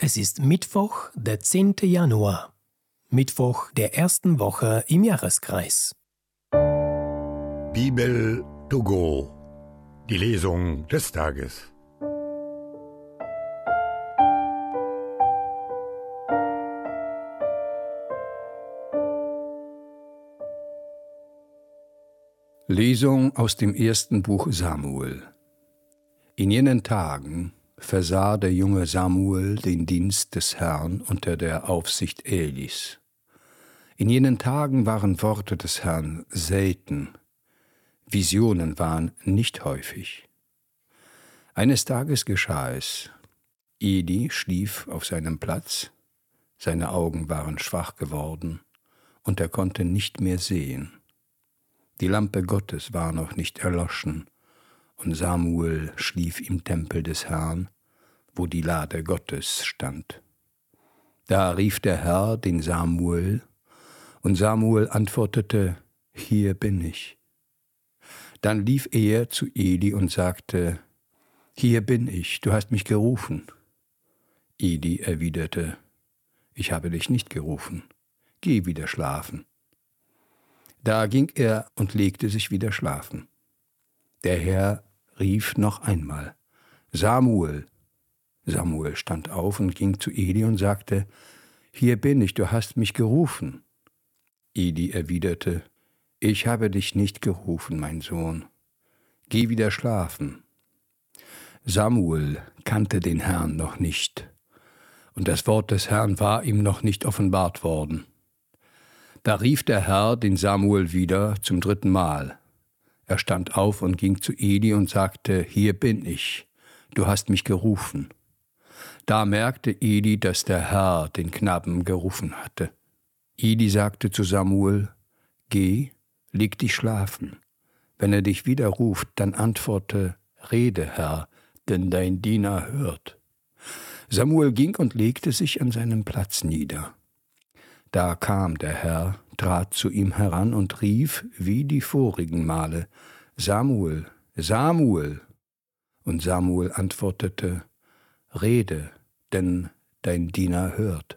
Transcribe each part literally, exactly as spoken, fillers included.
Es ist Mittwoch, der zehnte Januar. Mittwoch der ersten Woche im Jahreskreis. Bibel to go. Die Lesung des Tages. Lesung aus dem ersten Buch Samuel. In jenen Tagen versah der junge Samuel den Dienst des Herrn unter der Aufsicht Elis. In jenen Tagen waren Worte des Herrn selten, Visionen waren nicht häufig. Eines Tages geschah es. Eli schlief auf seinem Platz, seine Augen waren schwach geworden und er konnte nicht mehr sehen. Die Lampe Gottes war noch nicht erloschen, und Samuel schlief im Tempel des Herrn, wo die Lade Gottes stand. Da rief der Herr den Samuel, und Samuel antwortete, »Hier bin ich.« Dann lief er zu Eli und sagte, »Hier bin ich, du hast mich gerufen.« Eli erwiderte, »Ich habe dich nicht gerufen, geh wieder schlafen.« Da ging er und legte sich wieder schlafen. Der Herr rief noch einmal, »Samuel!« Samuel stand auf und ging zu Eli und sagte, »Hier bin ich, du hast mich gerufen.« Eli erwiderte, »Ich habe dich nicht gerufen, mein Sohn. Geh wieder schlafen.« Samuel kannte den Herrn noch nicht, und das Wort des Herrn war ihm noch nicht offenbart worden. Da rief der Herr den Samuel wieder zum dritten Mal. Er stand auf und ging zu Eli und sagte, »Hier bin ich, du hast mich gerufen.« Da merkte Eli, dass der Herr den Knaben gerufen hatte. Eli sagte zu Samuel, »Geh, leg dich schlafen. Wenn er dich wieder ruft, dann antworte, »Rede, Herr, denn dein Diener hört.« Samuel ging und legte sich an seinem Platz nieder. Da kam der Herr, trat zu ihm heran und rief, wie die vorigen Male, »Samuel, Samuel!« Und Samuel antwortete, »Rede, denn dein Diener hört.«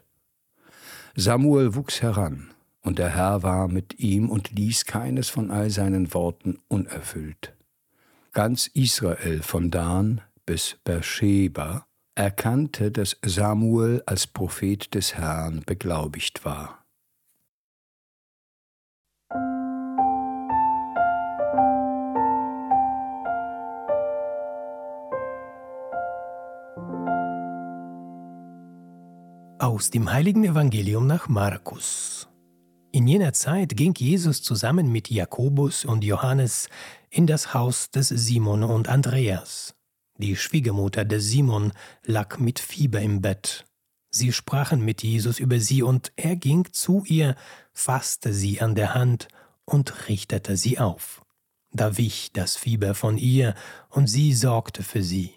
Samuel wuchs heran, und der Herr war mit ihm und ließ keines von all seinen Worten unerfüllt. Ganz Israel von Dan bis Beersheba erkannte, dass Samuel als Prophet des Herrn beglaubigt war. Aus dem heiligen Evangelium nach Markus. In jener Zeit ging Jesus zusammen mit Jakobus und Johannes in das Haus des Simon und Andreas. Die Schwiegermutter des Simon lag mit Fieber im Bett. Sie sprachen mit Jesus über sie, und er ging zu ihr, fasste sie an der Hand und richtete sie auf. Da wich das Fieber von ihr, und sie sorgte für sie.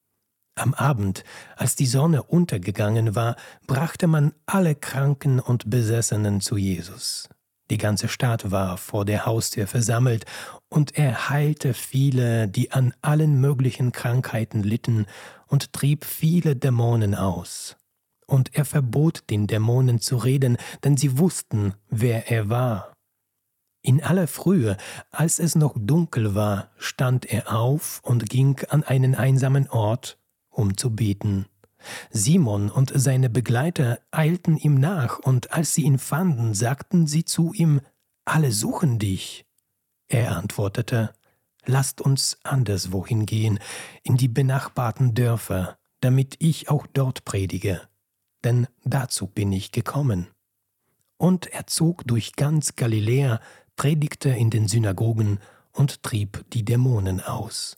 Am Abend, als die Sonne untergegangen war, brachte man alle Kranken und Besessenen zu Jesus. Die ganze Stadt war vor der Haustür versammelt, und er heilte viele, die an allen möglichen Krankheiten litten, und trieb viele Dämonen aus. Und er verbot den Dämonen zu reden, denn sie wussten, wer er war. In aller Frühe, als es noch dunkel war, stand er auf und ging an einen einsamen Ort, um zu beten. Simon und seine Begleiter eilten ihm nach, und als sie ihn fanden, sagten sie zu ihm, »Alle suchen dich.« Er antwortete, »Lasst uns anderswohin gehen, in die benachbarten Dörfer, damit ich auch dort predige, denn dazu bin ich gekommen.« Und er zog durch ganz Galiläa, predigte in den Synagogen und trieb die Dämonen aus.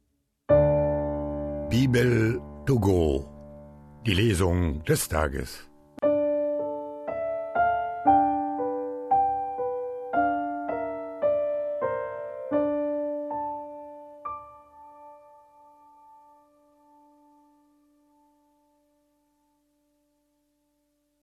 Bibel to go. Die Lesung des Tages.